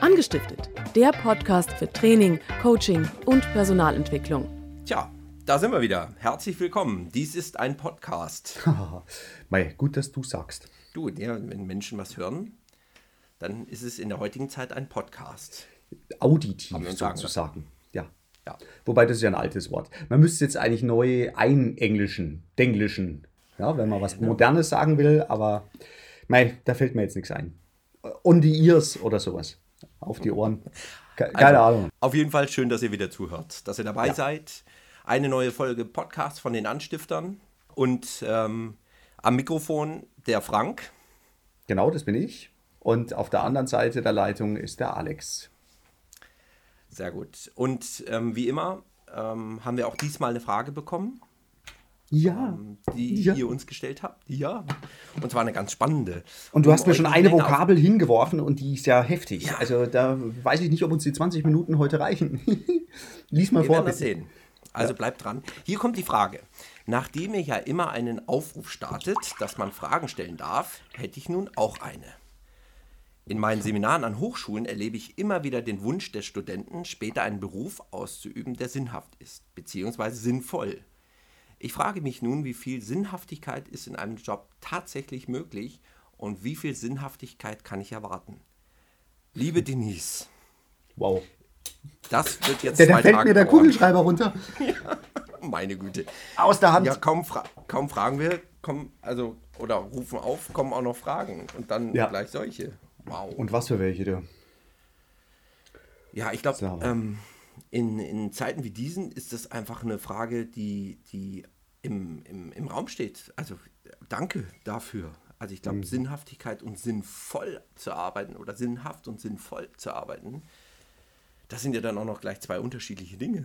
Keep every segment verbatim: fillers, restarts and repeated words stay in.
Angestiftet, der Podcast für Training, Coaching und Personalentwicklung. Tja, da sind wir wieder. Herzlich willkommen. Dies ist ein Podcast. Mei, gut, dass du sagst. Du, ja, wenn Menschen was hören, dann ist es in der heutigen Zeit ein Podcast. Auditiv sozusagen. Ja. ja. Wobei, das ist ja ein altes Wort. Man müsste jetzt eigentlich neu einenglischen, denglischen, ja, wenn man was ja, Modernes sagen will, aber mei, da fällt mir jetzt nichts ein. On the ears oder sowas. Auf die Ohren. Keine also, Ahnung. Auf jeden Fall schön, dass ihr wieder zuhört, dass ihr dabei ja. seid. Eine neue Folge Podcast von den Anstiftern und ähm, am Mikrofon der Frank. Genau, das bin ich. Und auf der anderen Seite der Leitung ist der Alex. Sehr gut. Und ähm, wie immer ähm, haben wir auch diesmal eine Frage bekommen. Ja. Ähm, die ja. ihr uns gestellt habt. Ja. Und zwar eine ganz spannende. Und du um hast mir schon eine Vokabel auf... hingeworfen und die ist ja heftig. Ja. Also da weiß ich nicht, ob uns die zwanzig Minuten heute reichen. Lies mal wir vor. Wir werden das sehen. Also bleibt dran. Hier kommt die Frage. Nachdem ihr ja immer einen Aufruf startet, dass man Fragen stellen darf, hätte ich nun auch eine. In meinen Seminaren an Hochschulen erlebe ich immer wieder den Wunsch der Studenten, später einen Beruf auszuüben, der sinnhaft ist, beziehungsweise sinnvoll. Ich frage mich nun, wie viel Sinnhaftigkeit ist in einem Job tatsächlich möglich und wie viel Sinnhaftigkeit kann ich erwarten? Liebe Denise. Wow. Das wird jetzt der, zwei Da fällt Tage mir der dauern. Kugelschreiber runter. Ja, meine Güte. Aus der Hand. Ja, kaum, fra- kaum fragen wir, kommen, also, oder rufen auf, kommen auch noch Fragen. Und dann ja. gleich solche. Wow. Und was für welche, du? Ja, ich glaube, so. ähm, in, in Zeiten wie diesen ist das einfach eine Frage, die, die im, im, im Raum steht. Also danke dafür. Also ich glaube, mhm. Sinnhaftigkeit und sinnvoll zu arbeiten oder sinnhaft und sinnvoll zu arbeiten, das sind ja dann auch noch gleich zwei unterschiedliche Dinge.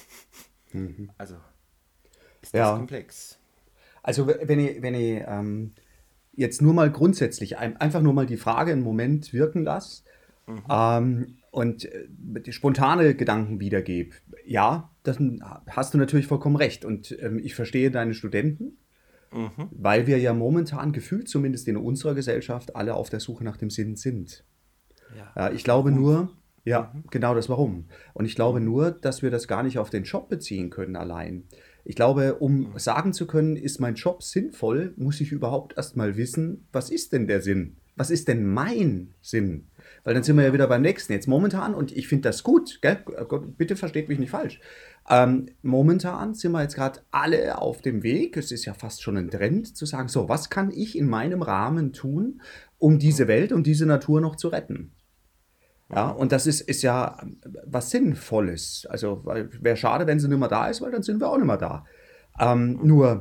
Mhm. Also ist das ja. komplex. Also wenn ich, wenn ich ähm, jetzt nur mal grundsätzlich ein, einfach nur mal die Frage einen Moment wirken lasse mhm. ähm, und äh, spontane Gedanken wiedergebe, ja, dann hast du natürlich vollkommen recht. Und ähm, ich verstehe deine Studenten, mhm. weil wir ja momentan gefühlt, zumindest in unserer Gesellschaft, alle auf der Suche nach dem Sinn sind. Ja, äh, ich glaube nur... Ja, mhm. genau das Warum. Und ich glaube nur, dass wir das gar nicht auf den Job beziehen können allein. Ich glaube, um mhm. sagen zu können, ist mein Job sinnvoll, muss ich überhaupt erst mal wissen, was ist denn der Sinn? Was ist denn mein Sinn? Weil dann sind wir ja wieder beim nächsten. Jetzt momentan, und ich finde das gut, gell? Bitte versteht mich nicht falsch, ähm, momentan sind wir jetzt gerade alle auf dem Weg, es ist ja fast schon ein Trend, zu sagen, so, was kann ich in meinem Rahmen tun, um diese Welt und diese Natur noch zu retten? Ja, und das ist, ist ja was Sinnvolles. Also wäre schade, wenn sie nicht mehr da ist, weil dann sind wir auch nicht mehr da. Ähm, nur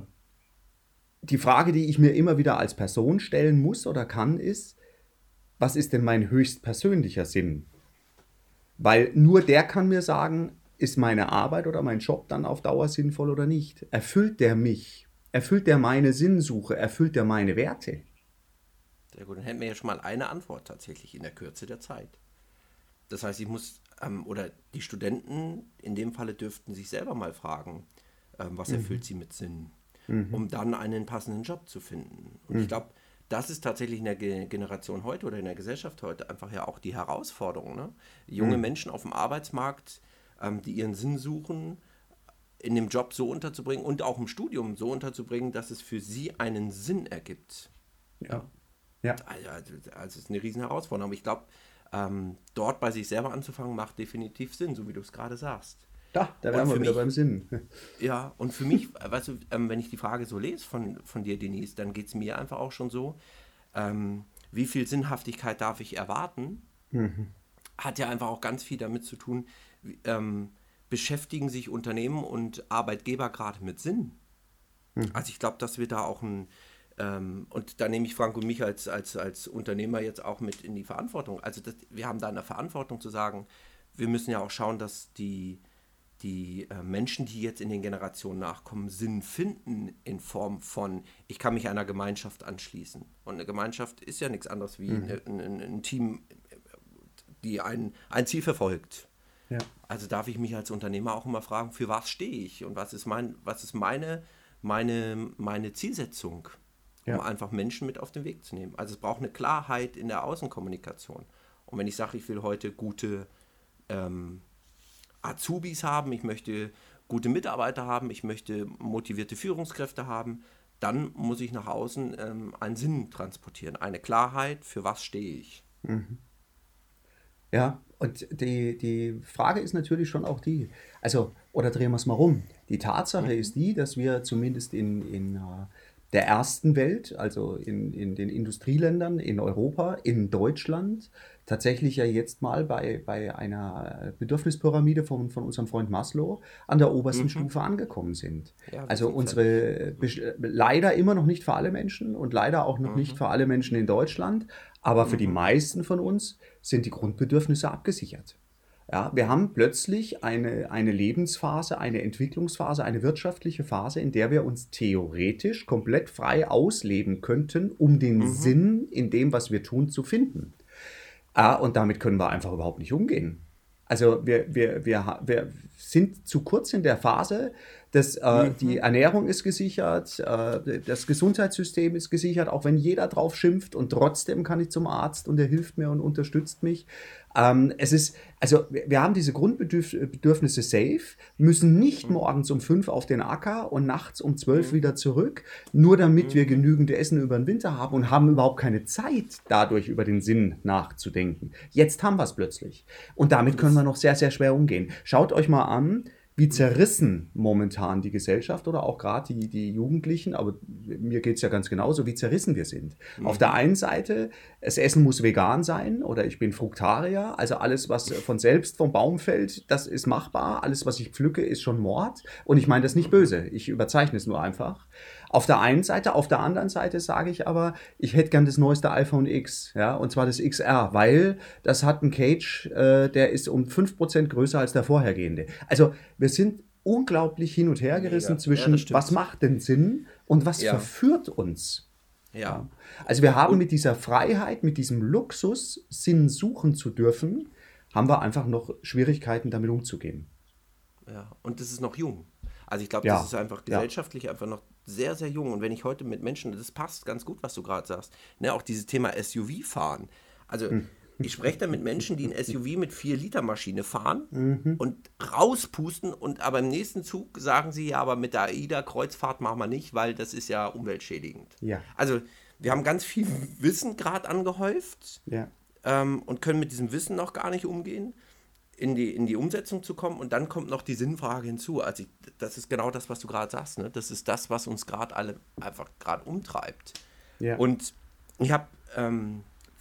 die Frage, die ich mir immer wieder als Person stellen muss oder kann, ist, was ist denn mein höchstpersönlicher Sinn? Weil nur der kann mir sagen, ist meine Arbeit oder mein Job dann auf Dauer sinnvoll oder nicht? Erfüllt der mich? Erfüllt der meine Sinnsuche? Erfüllt der meine Werte? Sehr gut, dann hätten wir ja schon mal eine Antwort tatsächlich in der Kürze der Zeit. Das heißt, ich muss, ähm, oder die Studenten in dem Falle dürften sich selber mal fragen, ähm, was mhm. erfüllt sie mit Sinn, mhm. um dann einen passenden Job zu finden. Und mhm. ich glaube, das ist tatsächlich in der Ge- Generation heute oder in der Gesellschaft heute einfach ja auch die Herausforderung. Ne? Junge mhm. Menschen auf dem Arbeitsmarkt, ähm, die ihren Sinn suchen, in dem Job so unterzubringen und auch im Studium so unterzubringen, dass es für sie einen Sinn ergibt. Ja. ja. Also, also es ist eine riesen Herausforderung. Aber ich glaube, Ähm, dort bei sich selber anzufangen, macht definitiv Sinn, so wie du es gerade sagst. Ja, da wären wir wieder mich, beim Sinn. Ja, und für mich, weißt du, ähm, wenn ich die Frage so lese von, von dir, Denise, dann geht es mir einfach auch schon so, ähm, wie viel Sinnhaftigkeit darf ich erwarten, mhm. hat ja einfach auch ganz viel damit zu tun, wie, ähm, beschäftigen sich Unternehmen und Arbeitgeber gerade mit Sinn. Mhm. Also ich glaube, dass wir da auch ein Ähm, und da nehme ich Frank und mich als, als, als Unternehmer jetzt auch mit in die Verantwortung. Also das, wir haben da eine Verantwortung zu sagen, wir müssen ja auch schauen, dass die, die äh, Menschen, die jetzt in den Generationen nachkommen, Sinn finden in Form von, ich kann mich einer Gemeinschaft anschließen. Und eine Gemeinschaft ist ja nichts anderes wie mhm. ein, ein, ein Team, die ein, ein Ziel verfolgt. Ja. Also darf ich mich als Unternehmer auch immer fragen, für was stehe ich und was ist, mein, was ist meine, meine, meine Zielsetzung? Um ja. einfach Menschen mit auf den Weg zu nehmen. Also es braucht eine Klarheit in der Außenkommunikation. Und wenn ich sage, ich will heute gute ähm, Azubis haben, ich möchte gute Mitarbeiter haben, ich möchte motivierte Führungskräfte haben, dann muss ich nach außen ähm, einen Sinn transportieren, eine Klarheit, für was stehe ich. Mhm. Ja, und die, die Frage ist natürlich schon auch die, also, oder drehen wir es mal rum. Die Tatsache Mhm. ist die, dass wir zumindest in, in äh, der ersten Welt, also in, in den Industrieländern, in Europa, in Deutschland, tatsächlich ja jetzt mal bei, bei einer Bedürfnispyramide von, von unserem Freund Maslow an der obersten Mhm. Stufe angekommen sind. Ja, wir Also sind fertig. unsere, besch- leider immer noch nicht für alle Menschen und leider auch noch nicht Mhm. für alle Menschen in Deutschland, aber für die Mhm. meisten von uns sind die Grundbedürfnisse abgesichert. Ja, wir haben plötzlich eine, eine Lebensphase, eine Entwicklungsphase, eine wirtschaftliche Phase, in der wir uns theoretisch komplett frei ausleben könnten, um den Mhm. Sinn in dem, was wir tun, zu finden. Ah, und damit können wir einfach überhaupt nicht umgehen. Also wir, wir, wir, ha- wir sind zu kurz in der Phase, dass äh, die Mhm. Ernährung ist gesichert, äh, das Gesundheitssystem ist gesichert, auch wenn jeder drauf schimpft und trotzdem kann ich zum Arzt und er hilft mir und unterstützt mich. Ähm, es ist, also wir, wir haben diese Grundbedürfnisse safe, müssen nicht Mhm. morgens um fünf auf den Acker und nachts um zwölf Mhm. wieder zurück, nur damit wir Mhm. genügend Essen über den Winter haben und haben überhaupt keine Zeit, dadurch über den Sinn nachzudenken. Jetzt haben wir es plötzlich. Und damit Und können wir das, noch sehr, sehr schwer umgehen. Schaut euch mal an, wie mhm. zerrissen momentan die Gesellschaft oder auch gerade die, die Jugendlichen, aber mir geht es ja ganz genauso, wie zerrissen wir sind. Auf der Mhm. einen Seite, das Essen muss vegan sein oder ich bin Fruktarier, also alles, was von selbst vom Baum fällt, das ist machbar. Alles, was ich pflücke, ist schon Mord. Und ich meine das nicht Mhm. böse, ich überzeichne es nur einfach. Auf der einen Seite, auf der anderen Seite sage ich aber, ich hätte gern das neueste iPhone X, ja, und zwar das X R, weil das hat einen Cage, äh, der ist um fünf Prozent größer als der vorhergehende. Also wir sind unglaublich hin und her gerissen Mega. Ja, das zwischen, was stimmt. macht denn Sinn und was Ja, verführt uns. ja. Ja. Also wir haben Und mit dieser Freiheit, mit diesem Luxus, Sinn suchen zu dürfen, haben wir einfach noch Schwierigkeiten, damit umzugehen. Ja, und das ist noch jung. Also ich glaube, das ist Ja, einfach ja. gesellschaftlich einfach noch sehr, sehr jung. Und wenn ich heute mit Menschen, das passt ganz gut, was du gerade sagst, ne, auch dieses Thema S U V-Fahren. Also Hm. ich spreche da mit Menschen, die ein S U V mit vier Liter Maschine fahren Mhm. und rauspusten und aber im nächsten Zug sagen sie, ja, aber mit der AIDA-Kreuzfahrt machen wir nicht, weil das ist ja umweltschädigend. Ja, Also wir haben ganz viel Wissen gerade angehäuft ja, ähm, und können mit diesem Wissen noch gar nicht umgehen, in die, in die Umsetzung zu kommen. Und dann kommt noch die Sinnfrage hinzu. Also ich, das ist genau das, was du gerade sagst. Ne? Das ist das, was uns gerade alle einfach gerade umtreibt. ja. Und ich habe, ähm,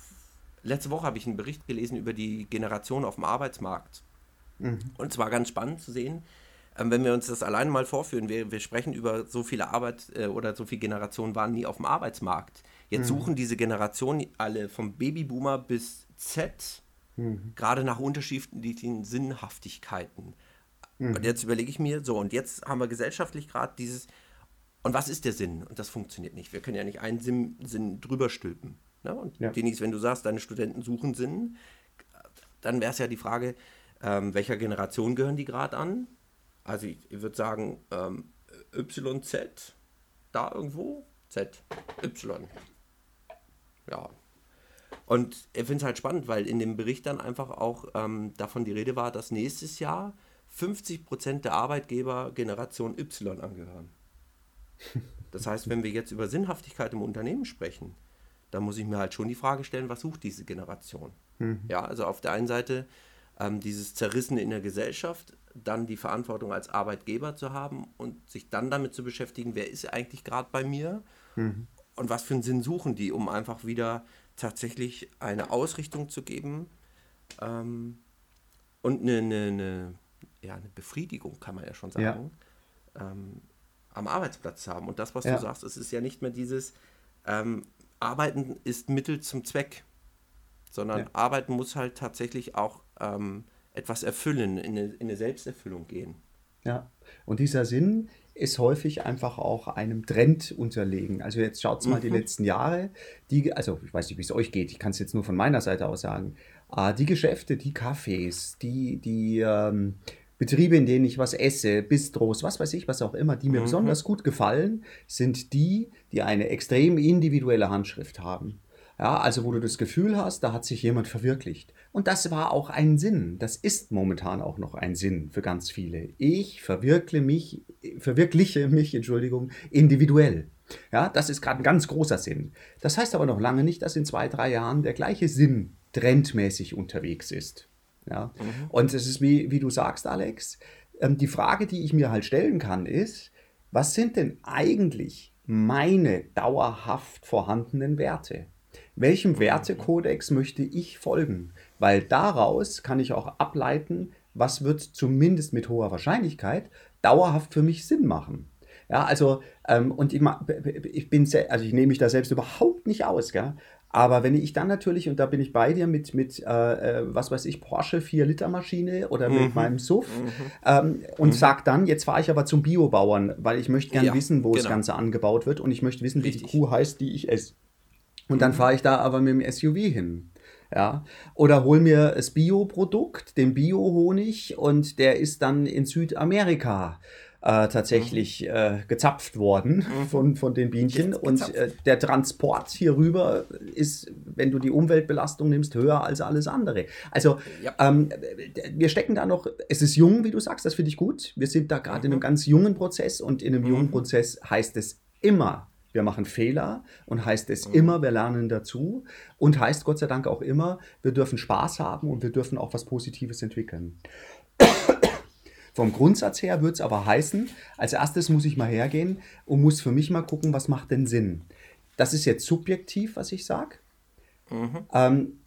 letzte Woche habe ich einen Bericht gelesen über die Generation auf dem Arbeitsmarkt. Mhm. Und es war ganz spannend zu sehen, ähm, wenn wir uns das alleine mal vorführen, wir, wir sprechen über so viele Arbeit äh, oder so viele Generationen waren nie auf dem Arbeitsmarkt. Jetzt Mhm. suchen diese Generationen alle vom Babyboomer bis Z Mhm. gerade nach unterschiedlichen Sinnhaftigkeiten. Und Mhm. jetzt überlege ich mir, so, und jetzt haben wir gesellschaftlich gerade dieses, und was ist der Sinn? Und das funktioniert nicht. Wir können ja nicht einen Sinn, Sinn drüber stülpen. Ne? Und Ja. Denise, wenn du sagst, deine Studenten suchen Sinn, dann wäre es ja die Frage, ähm, welcher Generation gehören die gerade an? Also ich, ich würde sagen, ähm, Y Z, da irgendwo, Z, Y. Ja. Und ich finde es halt spannend, weil in dem Bericht dann einfach auch ähm, davon die Rede war, dass nächstes Jahr fünfzig Prozent der Arbeitgeber Generation Y angehören. Das heißt, wenn wir jetzt über Sinnhaftigkeit im Unternehmen sprechen, dann muss ich mir halt schon die Frage stellen, was sucht diese Generation? Mhm. Ja, also auf der einen Seite ähm, dieses Zerrissen in der Gesellschaft, dann die Verantwortung als Arbeitgeber zu haben und sich dann damit zu beschäftigen, wer ist eigentlich gerade bei mir Mhm. und was für einen Sinn suchen die, um einfach wieder tatsächlich eine Ausrichtung zu geben ähm, und eine, eine, eine, ja, eine Befriedigung, kann man ja schon Ja, sagen, ähm, am Arbeitsplatz zu haben. Und das, was du ja, sagst, es ist ja nicht mehr dieses ähm, Arbeiten ist Mittel zum Zweck, sondern ja. Arbeiten muss halt tatsächlich auch ähm, etwas erfüllen, in eine, in eine Selbsterfüllung gehen. Ja, und dieser Sinn ist häufig einfach auch einem Trend unterlegen. Also jetzt schaut's mal die Mhm. letzten Jahre, die, also ich weiß nicht, wie es euch geht, ich kann es jetzt nur von meiner Seite aus sagen, äh, die Geschäfte, die Cafés, die, die ähm, Betriebe, in denen ich was esse, Bistros, was weiß ich, was auch immer, die mir Mhm. besonders gut gefallen, sind die, die eine extrem individuelle Handschrift haben. Ja, also wo du das Gefühl hast, da hat sich jemand verwirklicht. Und das war auch ein Sinn. Das ist momentan auch noch ein Sinn für ganz viele. Ich verwirkliche mich, verwirkliche mich, Entschuldigung, individuell. Ja, das ist gerade ein ganz großer Sinn. Das heißt aber noch lange nicht, dass in zwei, drei Jahren der gleiche Sinn trendmäßig unterwegs ist. Ja, Mhm. und es ist wie, wie du sagst, Alex, ähm, die Frage, die ich mir halt stellen kann, ist, was sind denn eigentlich meine dauerhaft vorhandenen Werte? Welchem Wertekodex möchte ich folgen? Weil daraus kann ich auch ableiten, was wird zumindest mit hoher Wahrscheinlichkeit dauerhaft für mich Sinn machen. Ja, also, ähm, und ich, ma- ich bin, se- also ich nehme mich da selbst überhaupt nicht aus, gell? Aber wenn ich dann natürlich, und da bin ich bei dir mit, mit äh, äh, was weiß ich, Porsche vier Liter Maschine oder mit Mhm. meinem S U V Mhm. ähm, und sag dann, jetzt fahre ich aber zum Biobauern, weil ich möchte gern Ja, wissen, wo das genau. Ganze angebaut wird und ich möchte wissen, wie die Richtig. Kuh heißt, die ich esse. Und dann fahre ich da aber mit dem S U V hin. Ja. Oder hol mir das Bioprodukt, den Bio-Honig, und der ist dann in Südamerika äh, tatsächlich äh, gezapft worden von, von den Bienchen. Ge- Und gezapft. äh, der Transport hier rüber ist, wenn du die Umweltbelastung nimmst, höher als alles andere. Also Ja. ähm, wir stecken da noch, es ist jung, wie du sagst, das finde ich gut. Wir sind da gerade in einem ganz jungen Prozess und in einem jungen Prozess heißt es immer, wir machen Fehler und heißt es immer, wir lernen dazu und heißt Gott sei Dank auch immer, wir dürfen Spaß haben und wir dürfen auch was Positives entwickeln. Vom Grundsatz her würde es aber heißen, als erstes muss ich mal hergehen und muss für mich mal gucken, was macht denn Sinn. Das ist jetzt subjektiv, was ich sage. Ähm,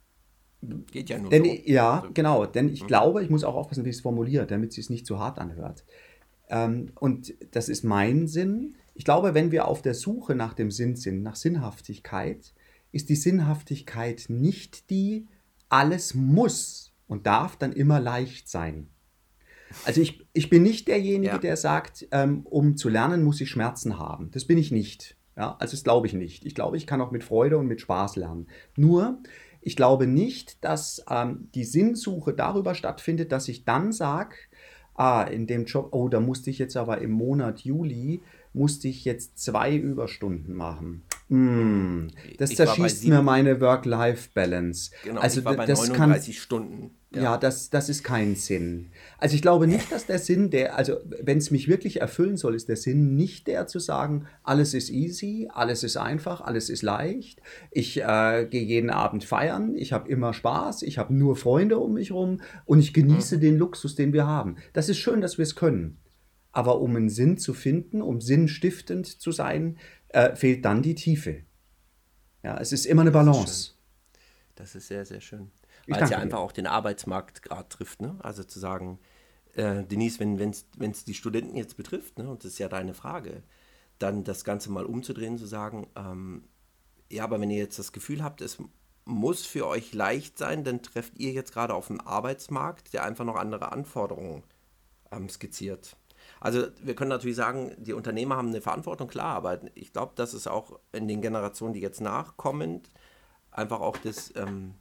Geht ja nur denn, so. ja, Also, genau, denn ich glaube, ich muss auch aufpassen, wie ich es formuliere, damit es sich nicht zu hart anhört. Ähm, und das ist mein Sinn. Ich glaube, wenn wir auf der Suche nach dem Sinn sind, nach Sinnhaftigkeit, ist die Sinnhaftigkeit nicht die, alles muss und darf dann immer leicht sein. Also ich, ich bin nicht derjenige, ja. der sagt, ähm, um zu lernen, muss ich Schmerzen haben. Das bin ich nicht. Ja, also das glaube ich nicht. Ich glaube, ich kann auch mit Freude und mit Spaß lernen. Nur, ich glaube nicht, dass ähm, die Sinnsuche darüber stattfindet, dass ich dann sage, ah, in dem Job, oh, da musste ich jetzt aber im Monat Juli, musste ich jetzt zwei Überstunden machen. Hm, das Ich war bei zerschießt mir sieben, meine Work-Life-Balance. genau, Also ich war d- bei das kann, neununddreißig Stunden. ja, Ja. das, das ist kein Sinn. Also ich glaube nicht, dass der Sinn, der, also wenn es mich wirklich erfüllen soll, ist der Sinn nicht der zu sagen, alles ist easy, alles ist einfach, alles ist leicht. Ich äh, gehe jeden Abend feiern, ich habe immer Spaß, ich habe nur Freunde um mich rum und ich genieße den Luxus, den wir haben. Das ist schön, dass wir es können. Aber um einen Sinn zu finden, um sinnstiftend zu sein, äh, fehlt dann die Tiefe. Ja, es ist immer eine Das ist schön. Balance. Das ist sehr, sehr schön. Ich Weil es ja danke einfach dir. auch den Arbeitsmarkt gerade trifft, ne? Also zu sagen, äh, Denise, wenn es die Studenten jetzt betrifft, ne, und das ist ja deine Frage, dann das Ganze mal umzudrehen, zu sagen, ähm, ja, aber wenn ihr jetzt das Gefühl habt, es muss für euch leicht sein, dann trefft ihr jetzt gerade auf einen Arbeitsmarkt, der einfach noch andere Anforderungen ähm, skizziert. Also wir können natürlich sagen, die Unternehmer haben eine Verantwortung, klar, aber ich glaube, dass es auch in den Generationen, die jetzt nachkommen, einfach auch das, ähm,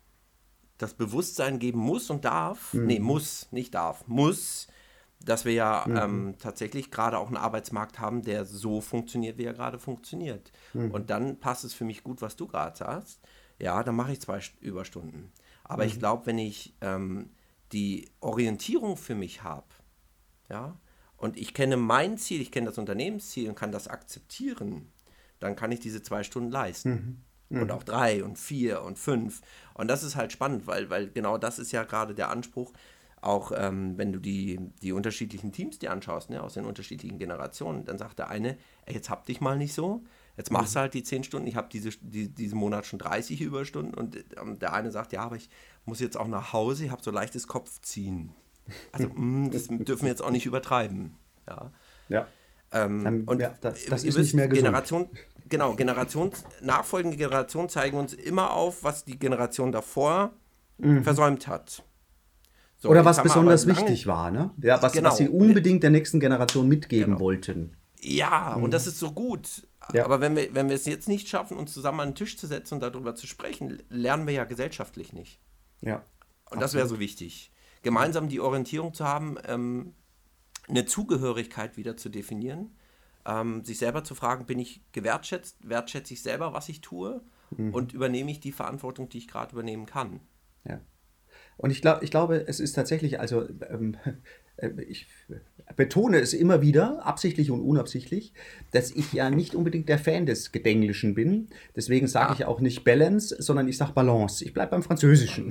das Bewusstsein geben muss und darf, nee, muss, nicht darf, muss, dass wir ja ähm, tatsächlich gerade auch einen Arbeitsmarkt haben, der so funktioniert, wie er gerade funktioniert. Und dann passt es für mich gut, was du gerade sagst. Ja, dann mache ich zwei St- Überstunden. Aber ich glaube, wenn ich ähm, die Orientierung für mich habe, ja, und ich kenne mein Ziel, ich kenne das Unternehmensziel und kann das akzeptieren, dann kann ich diese zwei Stunden leisten. Und auch drei und vier und fünf. Und das ist halt spannend, weil, weil genau das ist ja gerade der Anspruch, auch ähm, wenn du die, die unterschiedlichen Teams dir anschaust, ne, aus den unterschiedlichen Generationen, dann sagt der eine, ey, jetzt hab dich mal nicht so, jetzt machst du halt die zehn Stunden, ich habe diese, die, diesen Monat schon dreißig Überstunden und ähm, der eine sagt, ja, aber ich muss jetzt auch nach Hause, ich habe so leichtes Kopfziehen. Also mh, das dürfen wir jetzt auch nicht übertreiben. Ja. Ja. Ähm, Dann, und ja, das, das ihr ist wisst, nicht mehr gesund. Generation, genau, Generations, nachfolgende Generationen zeigen uns immer auf, was die Generation davor versäumt hat. So, Oder jetzt was haben wir besonders aber lange- wichtig war, ne? Ja, was, Genau. was sie unbedingt der nächsten Generation mitgeben Genau. wollten. Ja, und das ist so gut. Ja. Aber wenn wir, wenn wir es jetzt nicht schaffen, uns zusammen an den Tisch zu setzen und darüber zu sprechen, lernen wir ja gesellschaftlich nicht. Ja. Und das wäre so wichtig. Gemeinsam die Orientierung zu haben, ähm, eine Zugehörigkeit wieder zu definieren, ähm, sich selber zu fragen, bin ich gewertschätzt, wertschätze ich selber, was ich tue? mhm. und übernehme ich die Verantwortung, die ich gerade übernehmen kann. Ja. Und ich, glaub, ich glaube, es ist tatsächlich, also ähm, ich betone es immer wieder, absichtlich und unabsichtlich, dass ich ja nicht unbedingt der Fan des Gedenglischen bin. Deswegen sage ja. ich auch nicht Balance, sondern ich sage Balance. Ich bleibe beim Französischen.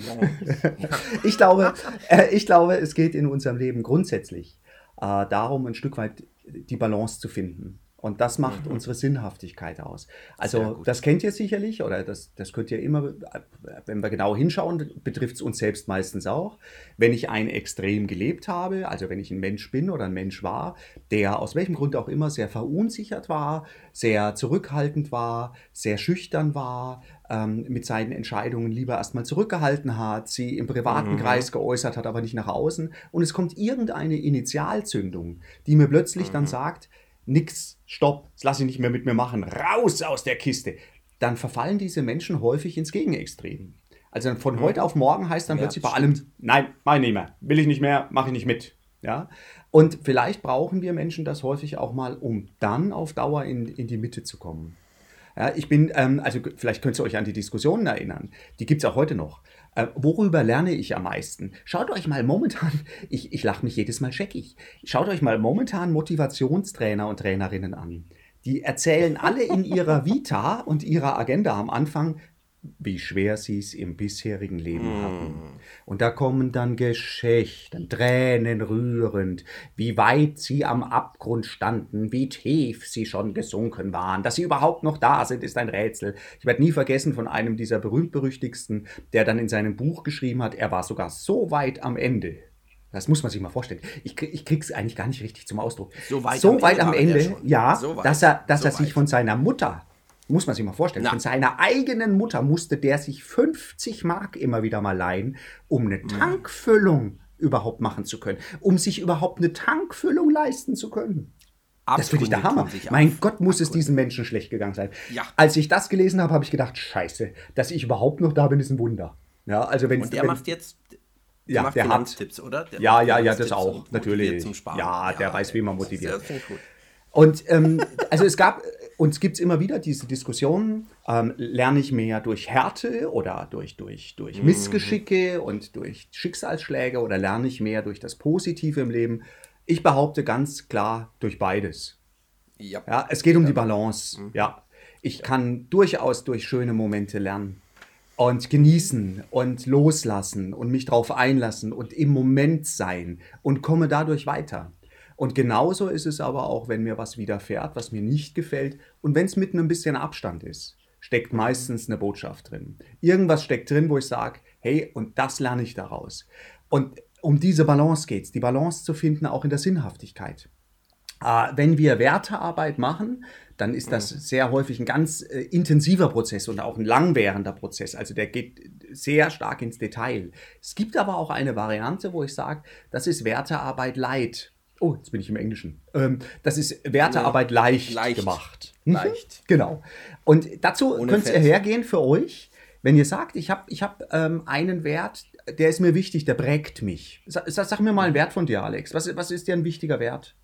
ich, glaube, äh, ich glaube, es geht in unserem Leben grundsätzlich äh, darum, ein Stück weit die Balance zu finden. Und das macht mhm. unsere Sinnhaftigkeit aus. Also das kennt ihr sicherlich, oder das, das könnt ihr immer, wenn wir genau hinschauen, betrifft es uns selbst meistens auch. Wenn ich ein Extrem gelebt habe, also wenn ich ein Mensch bin oder ein Mensch war, der aus welchem Grund auch immer sehr verunsichert war, sehr zurückhaltend war, sehr schüchtern war, ähm, mit seinen Entscheidungen lieber erstmal zurückgehalten hat, sie im privaten mhm. Kreis geäußert hat, aber nicht nach außen. Und es kommt irgendeine Initialzündung, die mir plötzlich mhm. dann sagt, nix, stopp, das lasse ich nicht mehr mit mir machen, raus aus der Kiste. Dann verfallen diese Menschen häufig ins Gegenextrem. Also von mhm. heute auf morgen heißt dann ja, plötzlich bei allem, nein, mach ich nicht mehr, will ich nicht mehr, mache ich nicht mit. Ja? Und vielleicht brauchen wir Menschen das häufig auch mal, um dann auf Dauer in, in die Mitte zu kommen. Ja, ich bin, ähm, also vielleicht könnt ihr euch an die Diskussionen erinnern, die gibt es auch heute noch. Äh, worüber lerne ich am meisten? Schaut euch mal momentan, ich, ich lache mich jedes Mal scheckig, schaut euch mal momentan Motivationstrainer und Trainerinnen an. Die erzählen alle in ihrer Vita und ihrer Agenda am Anfang, wie schwer sie es im bisherigen Leben mm. hatten. Und da kommen dann Geschichten, Tränen rührend, wie weit sie am Abgrund standen, wie tief sie schon gesunken waren. Dass sie überhaupt noch da sind, ist ein Rätsel. Ich werde nie vergessen von einem dieser berühmt-berüchtigsten, der dann in seinem Buch geschrieben hat, er war sogar so weit am Ende. Das muss man sich mal vorstellen. Ich, ich krieg's eigentlich gar nicht richtig zum Ausdruck. So weit, so am, weit Ende am Ende, ja, so weit, dass er, dass so er sich von seiner Mutter, muss man sich mal vorstellen, Na. von seiner eigenen Mutter musste der sich fünfzig Mark immer wieder mal leihen, um eine Tankfüllung überhaupt machen zu können, um sich überhaupt eine Tankfüllung leisten zu können. Abgründe, das finde ich der Hammer. Mein Gott, muss Abgründe. es diesen Menschen schlecht gegangen sein. Ja. Als ich das gelesen habe, habe ich gedacht, scheiße, dass ich überhaupt noch da bin, ist ein Wunder. Ja, also wenn, Und der wenn, macht jetzt... Der ja, macht der Finanztipps, hat, oder? Der ja, ja, ja, das auch, natürlich. Zum Sparen. Ja, der ja, weiß, wie man motiviert. Sehr gut. Und ähm, also es gab, uns gibt es immer wieder diese Diskussionen, ähm, lerne ich mehr durch Härte oder durch, durch, durch Missgeschicke mhm. und durch Schicksalsschläge oder lerne ich mehr durch das Positive im Leben? Ich behaupte ganz klar durch beides. Ja. Ja, es geht um die Balance. Mhm. Ja. Ich kann durchaus durch schöne Momente lernen. Und genießen und loslassen und mich drauf einlassen und im Moment sein und komme dadurch weiter. Und genauso ist es aber auch, wenn mir was widerfährt, was mir nicht gefällt und wenn es mit einem bisschen Abstand ist, steckt meistens eine Botschaft drin. Irgendwas steckt drin, wo ich sage, hey, und das lerne ich daraus. Und um diese Balance geht es, die Balance zu finden, auch in der Sinnhaftigkeit. Äh, wenn wir Wertearbeit machen, dann ist das sehr häufig ein ganz äh, intensiver Prozess und auch ein langwährender Prozess. Also der geht sehr stark ins Detail. Es gibt aber auch eine Variante, wo ich sage, das ist Wertearbeit light. Oh, jetzt bin ich im Englischen. Ähm, das ist Wertearbeit ja, leicht, leicht gemacht. Leicht. Genau. Und dazu Ohne könnt Fett. ihr hergehen für euch, wenn ihr sagt, ich habe ich hab, ähm, einen Wert, der ist mir wichtig, der prägt mich. Sag, sag mir mal einen Wert von dir, Alex. Was, was ist dir ein wichtiger Wert?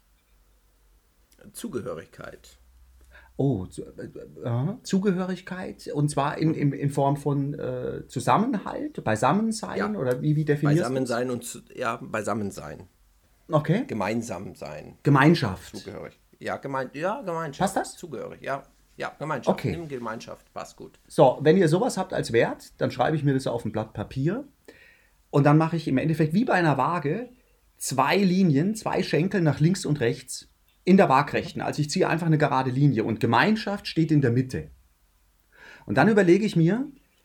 Zugehörigkeit. Oh, zu, äh, Zugehörigkeit, und zwar in, in, in Form von äh, Zusammenhalt, Beisammensein, ja. oder wie, wie definierst du das? Beisammensein und, ja, Beisammensein. Okay. Gemeinsam sein. Gemeinschaft. Zugehörig. Ja, gemein, ja, Gemeinschaft. Passt das? Zugehörig, ja. Ja, Gemeinschaft. Okay. Nimm Gemeinschaft, passt gut. So, wenn ihr sowas habt als Wert, dann schreibe ich mir das auf ein Blatt Papier und dann mache ich im Endeffekt wie bei einer Waage zwei Linien, zwei Schenkel nach links und rechts. In der Waagrechten, also ich ziehe einfach eine gerade Linie und Gemeinschaft steht in der Mitte. Und dann überlege ich mir,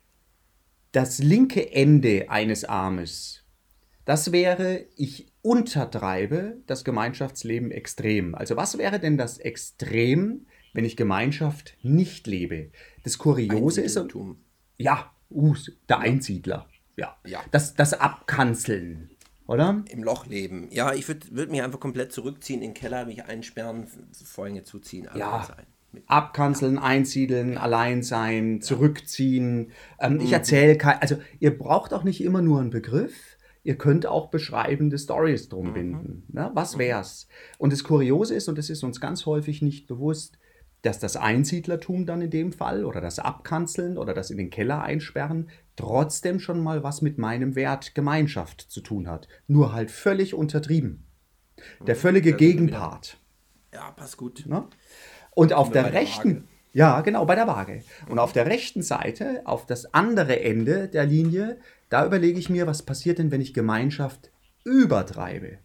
das linke Ende eines Armes, das wäre, ich untertreibe das Gemeinschaftsleben extrem. Also was wäre denn das Extrem, wenn ich Gemeinschaft nicht lebe? Das Kuriose ist, ja, uh, der Einsiedler, ja, ja. Das, das Abkanzeln. Oder? Im Loch leben. Ja, ich würde würd mich einfach komplett zurückziehen, in den Keller, mich einsperren, Vorhänge zuziehen, allein ja. sein. Mit, Abkanzeln, ja. einsiedeln, ja. allein sein, ja. zurückziehen. Ähm, mhm. Ich erzähle kein, also ihr braucht auch nicht immer nur einen Begriff, ihr könnt auch beschreibende Storys drum mhm. binden. Ne? Was wär's? Und das Kuriose ist, und das ist uns ganz häufig nicht bewusst, dass das Einsiedlertum dann in dem Fall oder das Abkanzeln oder das in den Keller einsperren trotzdem schon mal was mit meinem Wert Gemeinschaft zu tun hat. Nur halt völlig untertrieben. Der völlige Da sind wir Gegenpart. Ja, passt gut. Ne? Und auf wir der bei der rechten, Waage. ja, genau, bei der Waage. Und auf der rechten Seite, auf das andere Ende der Linie, da überlege ich mir, was passiert denn, wenn ich Gemeinschaft übertreibe?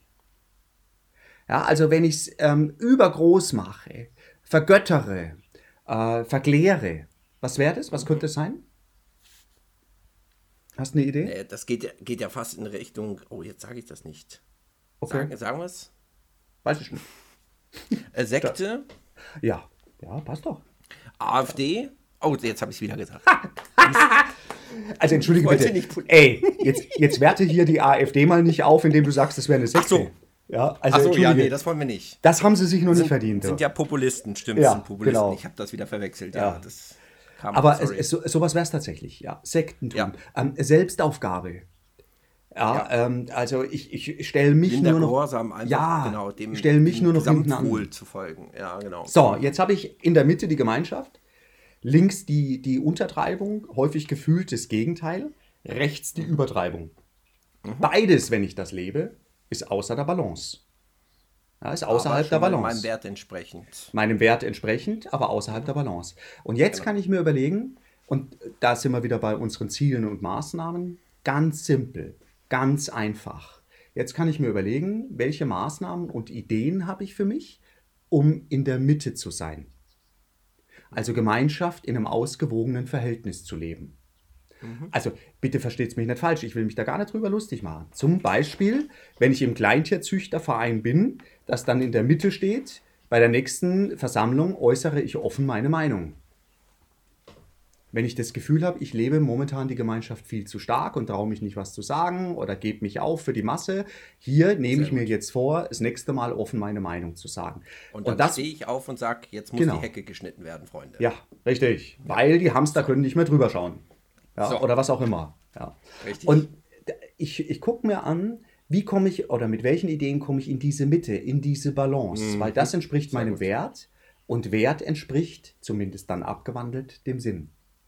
Ja, also wenn ich es ähm, übergroß mache, vergöttere, äh, verkläre, was wäre das? Was könnte es sein? Hast du eine Idee? Äh, Das geht, ja- geht ja fast in Richtung, oh, jetzt sage ich das nicht. Okay. Sagen, sagen wir es? Weiß ich nicht. Äh, Sekte, Ja, ja, passt doch. AfD. Oh, jetzt habe ich es wieder gesagt. Also entschuldige Ich wollte bitte. nicht pol- Ey, jetzt, jetzt werte hier die AfD mal nicht auf, indem du sagst, das wäre eine Sekte. Ach so. Ja, also Achso, ja, entschuldige. nee, das wollen wir nicht. Das haben sie sich noch nicht Sind, verdient. sind ja. ja Populisten, stimmt, Ja, sind Populisten. genau. Ich habe das wieder verwechselt. Ja. Ja, das kam. Aber es, sorry. es, so, sowas wäre es tatsächlich, ja. Sektentum. Ja. Ähm, Selbstaufgabe. Ja, Ja. Ähm, also ich, ich stelle mich Blinder nur noch. Gehorsam einfach, ja, genau, dem, ich stelle mich dem nur noch hinten Gesamtwohl an. zu folgen. Ja, genau. So, jetzt habe ich in der Mitte die Gemeinschaft, links die, die Untertreibung, häufig gefühlt das Gegenteil, rechts die Übertreibung. Beides, wenn ich das lebe, ist außer der Balance. Ja, ist außerhalb Aber der schon mal Balance. meinem Wert entsprechend. Meinem Wert entsprechend, aber außerhalb der Balance. Und jetzt Genau. kann ich mir überlegen, und da sind wir wieder bei unseren Zielen und Maßnahmen, ganz simpel, ganz einfach. Jetzt kann ich mir überlegen, welche Maßnahmen und Ideen habe ich für mich, um in der Mitte zu sein. Also Gemeinschaft in einem ausgewogenen Verhältnis zu leben. Also bitte versteht es mich nicht falsch, ich will mich da gar nicht drüber lustig machen. Zum Beispiel, wenn ich im Kleintierzüchterverein bin, das dann in der Mitte steht, bei der nächsten Versammlung äußere ich offen meine Meinung. Wenn ich das Gefühl habe, ich lebe momentan die Gemeinschaft viel zu stark und traue mich nicht was zu sagen oder gebe mich auf für die Masse, hier nehme ich mir jetzt vor, das nächste Mal offen meine Meinung zu sagen. Und dann das, stehe ich auf und sage, jetzt muss Genau. die Hecke geschnitten werden, Freunde. ja, richtig, weil die Hamster können nicht mehr drüber schauen. Ja, So. oder was auch immer. Ja. Richtig. Und ich, ich gucke mir an, wie komme ich oder mit welchen Ideen komme ich in diese Mitte, in diese Balance, weil das entspricht meinem gut. Wert und Wert entspricht, zumindest dann abgewandelt, dem Sinn.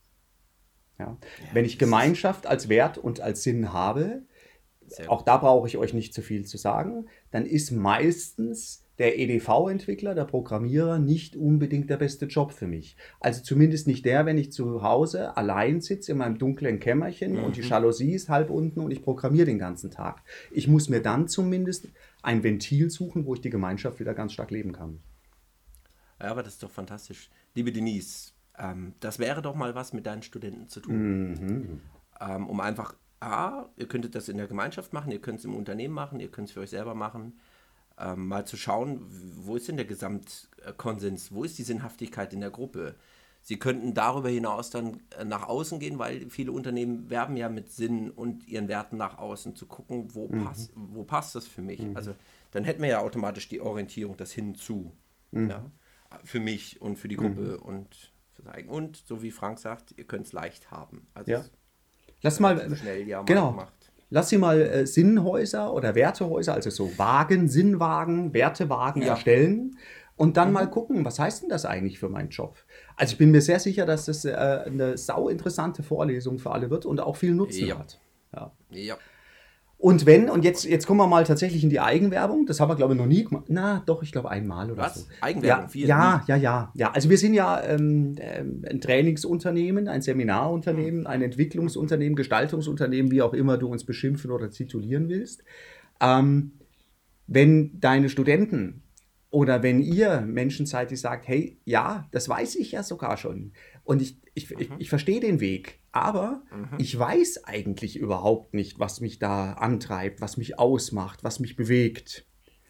Ja. Wenn ich Gemeinschaft als Wert und als Sinn habe, Sehr auch da brauche ich euch nicht zu viel zu sagen, dann ist meistens der E D V-Entwickler, der Programmierer, nicht unbedingt der beste Job für mich. Also zumindest nicht der, wenn ich zu Hause allein sitze in meinem dunklen Kämmerchen und die Jalousie ist halb unten und ich programmiere den ganzen Tag. Ich muss mir dann zumindest ein Ventil suchen, wo ich die Gemeinschaft wieder ganz stark leben kann. Ja, aber das ist doch fantastisch. Liebe Denise, ähm, das wäre doch mal was mit deinen Studenten zu tun. Mhm. Ähm, um einfach, A, ihr könntet das in der Gemeinschaft machen, ihr könnt es im Unternehmen machen, ihr könnt es für euch selber machen. Ähm, mal zu schauen, wo ist denn der Gesamtkonsens, wo ist die Sinnhaftigkeit in der Gruppe. Sie könnten darüber hinaus dann äh, nach außen gehen, weil viele Unternehmen werben ja mit Sinn und ihren Werten nach außen, zu gucken, wo, Mhm. passt, wo passt das für mich. Mhm. Also dann hätten wir ja automatisch die Orientierung, das Hinzu. Mhm. Ja, für mich und für die Gruppe mhm. und für das eigene. Und so wie Frank sagt, ihr könnt es leicht haben. Also Ja. es Lass ist mal, relativ schnell ja mal genau. gemacht. Lass sie mal äh, Sinnhäuser oder Wertehäuser, also so Wagen, Sinnwagen, Wertewagen Ja. erstellen und dann mal gucken, was heißt denn das eigentlich für meinen Job? Also ich bin mir sehr sicher, dass das äh, eine sau interessante Vorlesung für alle wird und auch viel Nutzen Ja. hat. Ja. Ja. Und wenn, und jetzt, jetzt kommen wir mal tatsächlich in die Eigenwerbung, das haben wir glaube ich noch nie gemacht, na doch, ich glaube einmal oder Was? so. Eigenwerbung? Ja, Wir ja, ja, ja, ja. Also wir sind ja ähm, ähm, ein Trainingsunternehmen, ein Seminarunternehmen, ein Entwicklungsunternehmen, Gestaltungsunternehmen, wie auch immer du uns beschimpfen oder titulieren willst. Ähm, wenn deine Studenten oder wenn ihr Menschen seid, die sagt, hey, ja, das weiß ich ja sogar schon und ich, ich, ich, ich verstehe den Weg, aber ich weiß eigentlich überhaupt nicht, was mich da antreibt, was mich ausmacht, was mich bewegt.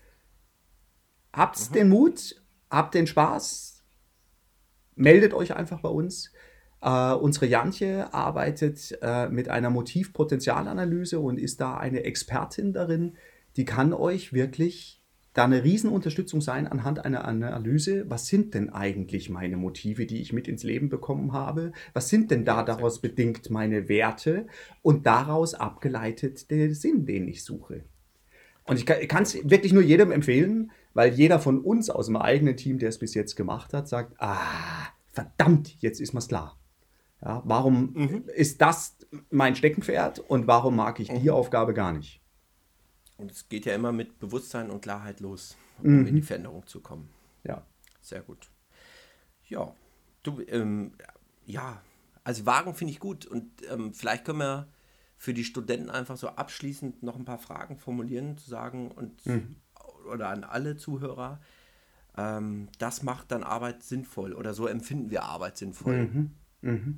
Habt den Mut, habt den Spaß, meldet euch einfach bei uns. Äh, unsere Jantje arbeitet äh, mit einer Motivpotenzialanalyse und ist da eine Expertin darin, die kann euch wirklich da eine Riesenunterstützung sein anhand einer Analyse. Was sind denn eigentlich meine Motive, die ich mit ins Leben bekommen habe? Was sind denn da daraus bedingt meine Werte und daraus abgeleitet der Sinn, den ich suche? Und ich kann es wirklich nur jedem empfehlen, weil jeder von uns aus dem eigenen Team, der es bis jetzt gemacht hat, sagt, ah, verdammt, jetzt ist mir's klar. Ja, warum mhm. ist das mein Steckenpferd und warum mag ich die mhm. Aufgabe gar nicht? Und es geht ja immer mit Bewusstsein und Klarheit los, um mhm. in die Veränderung zu kommen. Ja. Sehr gut. Ja, du, ähm, ja, also Wagen finde ich gut und ähm, vielleicht können wir für die Studenten einfach so abschließend noch ein paar Fragen formulieren, zu sagen und mhm. oder an alle Zuhörer, ähm, das macht dann Arbeit sinnvoll oder so empfinden wir Arbeit sinnvoll. Mhm. Mhm.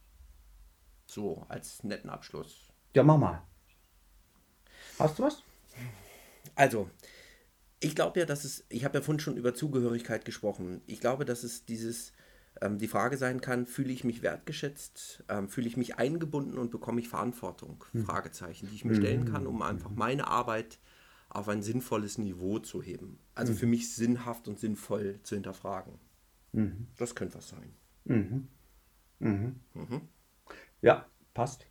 So, als netten Abschluss. Ja, mach mal. Hast du was? Also, ich glaube ja, dass es, ich habe ja vorhin schon über Zugehörigkeit gesprochen. Ich glaube, dass es dieses, ähm, die Frage sein kann, fühle ich mich wertgeschätzt, ähm, fühle ich mich eingebunden und bekomme ich Verantwortung? Hm. Fragezeichen, die ich mir hm. stellen kann, um einfach meine Arbeit auf ein sinnvolles Niveau zu heben. Also hm. für mich sinnhaft und sinnvoll zu hinterfragen. Mhm. Das könnte was sein. Mhm. Mhm. Mhm. Ja, passt.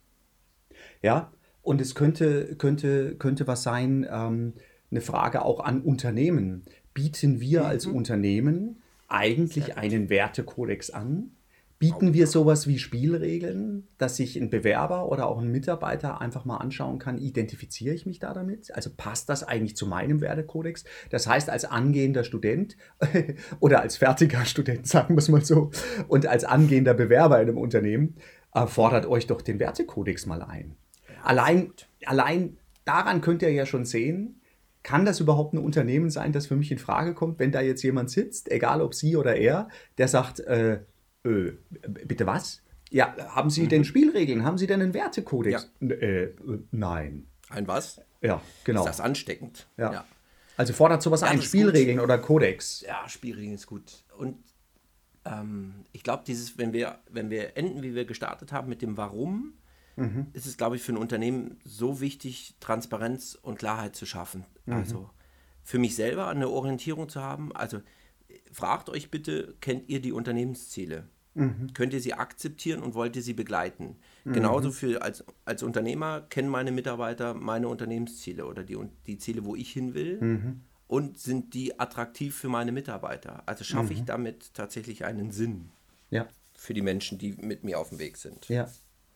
Ja, und es könnte, könnte, könnte was sein, ähm, eine Frage auch an Unternehmen. Bieten wir mhm. als Unternehmen eigentlich einen Wertekodex an? Bieten wir sowas wie Spielregeln, dass sich ein Bewerber oder auch ein Mitarbeiter einfach mal anschauen kann, identifiziere ich mich da damit? Also passt das eigentlich zu meinem Wertekodex? Das heißt, als angehender Student oder als fertiger Student, sagen wir es mal so, und als angehender Bewerber in einem Unternehmen, äh, fordert euch doch den Wertekodex mal ein. Ja, allein, allein daran könnt ihr ja schon sehen, kann das überhaupt ein Unternehmen sein, das für mich in Frage kommt, wenn da jetzt jemand sitzt, egal ob sie oder er, der sagt, äh, Äh, bitte was? Ja, haben Sie mhm. denn Spielregeln? Haben Sie denn einen Wertekodex? Ja. Äh, nein. Ein was? Ja, genau. Ist das ansteckend? Ja. ja. Also fordert sowas ja, ein, Spielregeln oder Kodex? Ja, Spielregeln ist gut. Und ähm, ich glaube, dieses, wenn wir, wenn wir enden, wie wir gestartet haben, mit dem Warum, mhm. ist es, glaube ich, für ein Unternehmen so wichtig, Transparenz und Klarheit zu schaffen. Mhm. Also für mich selber eine Orientierung zu haben. Also fragt euch bitte, kennt ihr die Unternehmensziele? Mhm. Könnt ihr sie akzeptieren und wollt ihr sie begleiten? Mhm. Genauso für als, als Unternehmer kennen meine Mitarbeiter meine Unternehmensziele oder die, die Ziele, wo ich hin will mhm. und sind die attraktiv für meine Mitarbeiter? Also schaffe mhm. ich damit tatsächlich einen Sinn ja. für die Menschen, die mit mir auf dem Weg sind. Ja,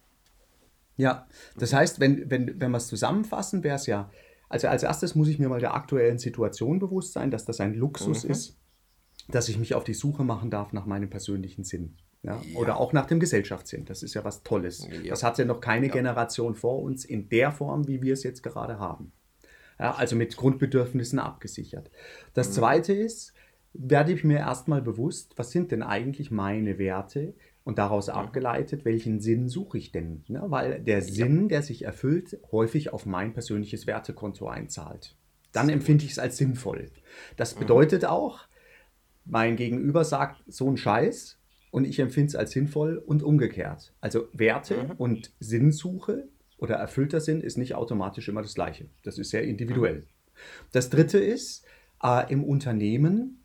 ja. Das heißt, wenn, wenn, wenn wir es zusammenfassen, wäre es ja, also als erstes muss ich mir mal der aktuellen Situation bewusst sein, dass das ein Luxus mhm. ist, dass ich mich auf die Suche machen darf nach meinem persönlichen Sinn. Ja? Ja. Oder auch nach dem Gesellschaftssinn. Das ist ja was Tolles. Ja. Das hat ja noch keine ja. Generation vor uns in der Form, wie wir es jetzt gerade haben. Ja, also mit Grundbedürfnissen abgesichert. Das mhm. Zweite ist, werde ich mir erstmal bewusst, was sind denn eigentlich meine Werte und daraus mhm. abgeleitet, welchen Sinn suche ich denn? Ja, weil der ja. Sinn, der sich erfüllt, häufig auf mein persönliches Wertekonto einzahlt. Dann Sehr empfinde ich es als sinnvoll. Das bedeutet mhm. auch, mein Gegenüber sagt so ein Scheiß und ich empfinde es als sinnvoll und umgekehrt. Also Werte mhm. und Sinnsuche oder erfüllter Sinn ist nicht automatisch immer das Gleiche. Das ist sehr individuell. Mhm. Das Dritte ist, äh, im Unternehmen,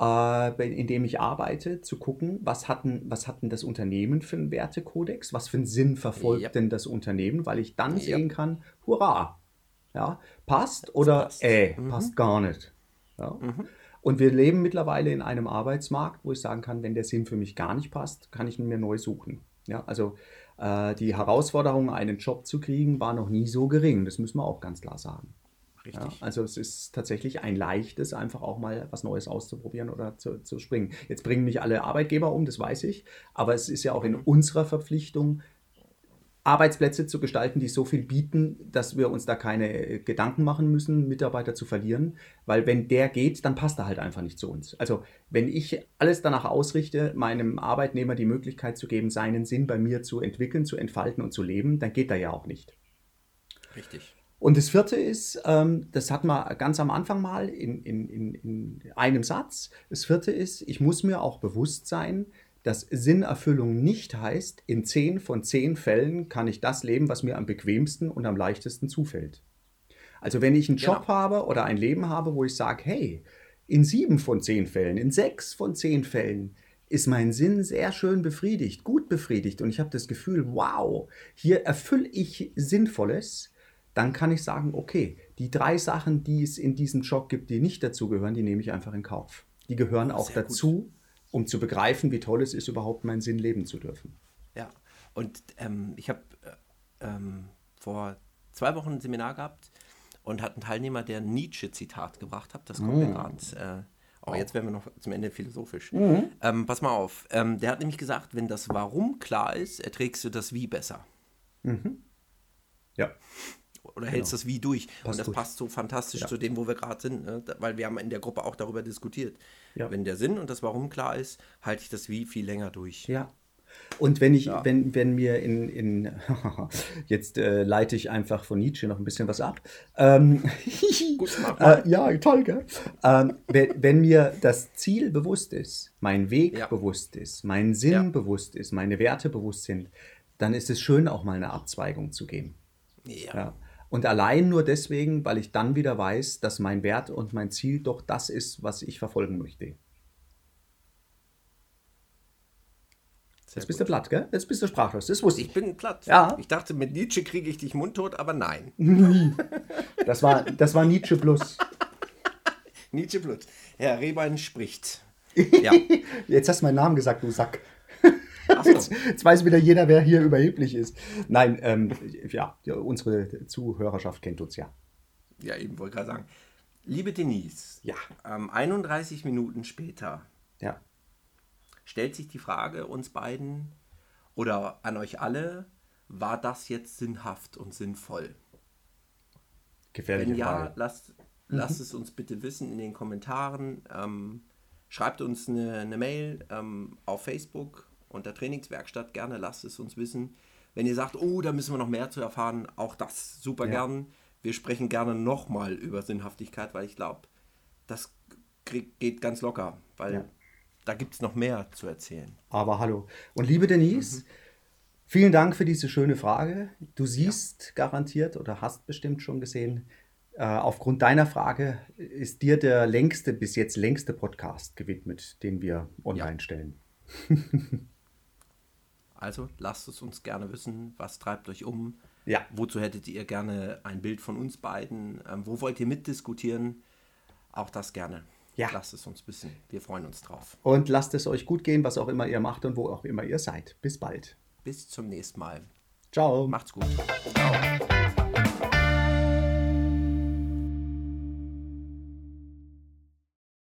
äh, in dem ich arbeite, zu gucken, was hat denn, was hat denn das Unternehmen für einen Wertekodex, was für einen Sinn verfolgt ja. denn das Unternehmen, weil ich dann ja. sehen kann, hurra, ja, passt oder passt. äh, mhm. passt gar nicht. Ja. Mhm. Und wir leben mittlerweile in einem Arbeitsmarkt, wo ich sagen kann, wenn der Sinn für mich gar nicht passt, kann ich ihn mir neu suchen. Ja, also äh, die Herausforderung, einen Job zu kriegen, war noch nie so gering. Das müssen wir auch ganz klar sagen. Richtig. Ja, also es ist tatsächlich ein leichtes, einfach auch mal was Neues auszuprobieren oder zu, zu springen. Jetzt bringen mich alle Arbeitgeber um, das weiß ich. Aber es ist ja auch in unserer Verpflichtung, Arbeitsplätze zu gestalten, die so viel bieten, dass wir uns da keine Gedanken machen müssen, Mitarbeiter zu verlieren, weil wenn der geht, dann passt er halt einfach nicht zu uns. Also wenn ich alles danach ausrichte, meinem Arbeitnehmer die Möglichkeit zu geben, seinen Sinn bei mir zu entwickeln, zu entfalten und zu leben, dann geht er ja auch nicht. Richtig. Und das Vierte ist, ähm, das hatten wir ganz am Anfang mal in, in, in, in einem Satz, das Vierte ist, ich muss mir auch bewusst sein, dass Sinnerfüllung nicht heißt, in zehn von zehn Fällen kann ich das leben, was mir am bequemsten und am leichtesten zufällt. Also wenn ich einen Job genau. habe oder ein Leben habe, wo ich sage, hey, in sieben von zehn Fällen, in sechs von zehn Fällen ist mein Sinn sehr schön befriedigt, gut befriedigt und ich habe das Gefühl, wow, hier erfülle ich Sinnvolles, dann kann ich sagen, okay, die drei Sachen, die es in diesem Job gibt, die nicht dazugehören, die nehme ich einfach in Kauf. Die gehören auch Sehr dazu, gut. um zu begreifen, wie toll es ist, überhaupt meinen Sinn leben zu dürfen. Ja, und ähm, ich habe äh, ähm, vor zwei Wochen ein Seminar gehabt und hat einen Teilnehmer, der ein Nietzsche-Zitat gebracht hat. Das kommt mir gerade. Äh, oh, jetzt werden wir noch zum Ende philosophisch. Mhm. Ähm, pass mal auf. Ähm, der hat nämlich gesagt, wenn das Warum klar ist, erträgst du das Wie besser. Mhm. Ja. Oder hältst das Wie durch. Passt und das gut. passt so fantastisch Ja. zu dem, wo wir gerade sind. Ne? Da- Weil wir haben in der Gruppe auch darüber diskutiert. Ja. Wenn der Sinn und das Warum klar ist, halte ich das Wie viel länger durch. Ja. Und wenn ich, Ja. wenn, wenn mir in, in jetzt äh, leite ich einfach von Nietzsche noch ein bisschen was ab. Ähm, Gut, mach mal. äh, ja, toll, gell? Ähm, wenn, wenn mir das Ziel bewusst ist, mein Weg Ja. bewusst ist, mein Sinn Ja. bewusst ist, meine Werte bewusst sind, dann ist es schön, auch mal eine Abzweigung zu gehen. Ja. Ja. Und allein nur deswegen, weil ich dann wieder weiß, dass mein Wert und mein Ziel doch das ist, was ich verfolgen möchte. Sehr Jetzt bist gut. du platt, gell? Jetzt bist du sprachlos. Das wusste ich. Ich bin platt. Ja. Ich dachte, mit Nietzsche kriege ich dich mundtot, aber nein. Das war, das war Nietzsche plus. Nietzsche Blut. Herr Rehbein spricht. Ja. Jetzt hast du meinen Namen gesagt, du Sack. Achso. Jetzt, jetzt weiß wieder jeder, wer hier überheblich ist. Nein, ähm, ja, ja, unsere Zuhörerschaft kennt uns ja. Ja, eben wollte gerade sagen. Liebe Denise, Ja. ähm, einunddreißig Minuten später Ja. stellt sich die Frage uns beiden oder an euch alle, war das jetzt sinnhaft und sinnvoll? Gefährliche Wenn ja, Frage. lasst, lasst es uns bitte wissen in den Kommentaren. Ähm, schreibt uns eine, eine Mail ähm, auf Facebook unter Trainingswerkstatt. Gerne lasst es uns wissen. Wenn ihr sagt, oh, da müssen wir noch mehr zu erfahren, auch das super Ja. gern. Wir sprechen gerne nochmal über Sinnhaftigkeit, weil ich glaube, das krieg, geht ganz locker, weil Ja. da gibt es noch mehr zu erzählen. Aber hallo. Und liebe Denise, vielen Dank für diese schöne Frage. Du siehst garantiert oder hast bestimmt schon gesehen, äh, aufgrund deiner Frage ist dir der längste, bis jetzt längste Podcast gewidmet, den wir online stellen. Also lasst es uns gerne wissen, was treibt euch um? Ja. Wozu hättet ihr gerne ein Bild von uns beiden? Ähm, wo wollt ihr mitdiskutieren? Auch das gerne. Ja. Lasst es uns wissen. Wir freuen uns drauf. Und lasst es euch gut gehen, was auch immer ihr macht und wo auch immer ihr seid. Bis bald. Bis zum nächsten Mal. Ciao. Macht's gut. Ciao.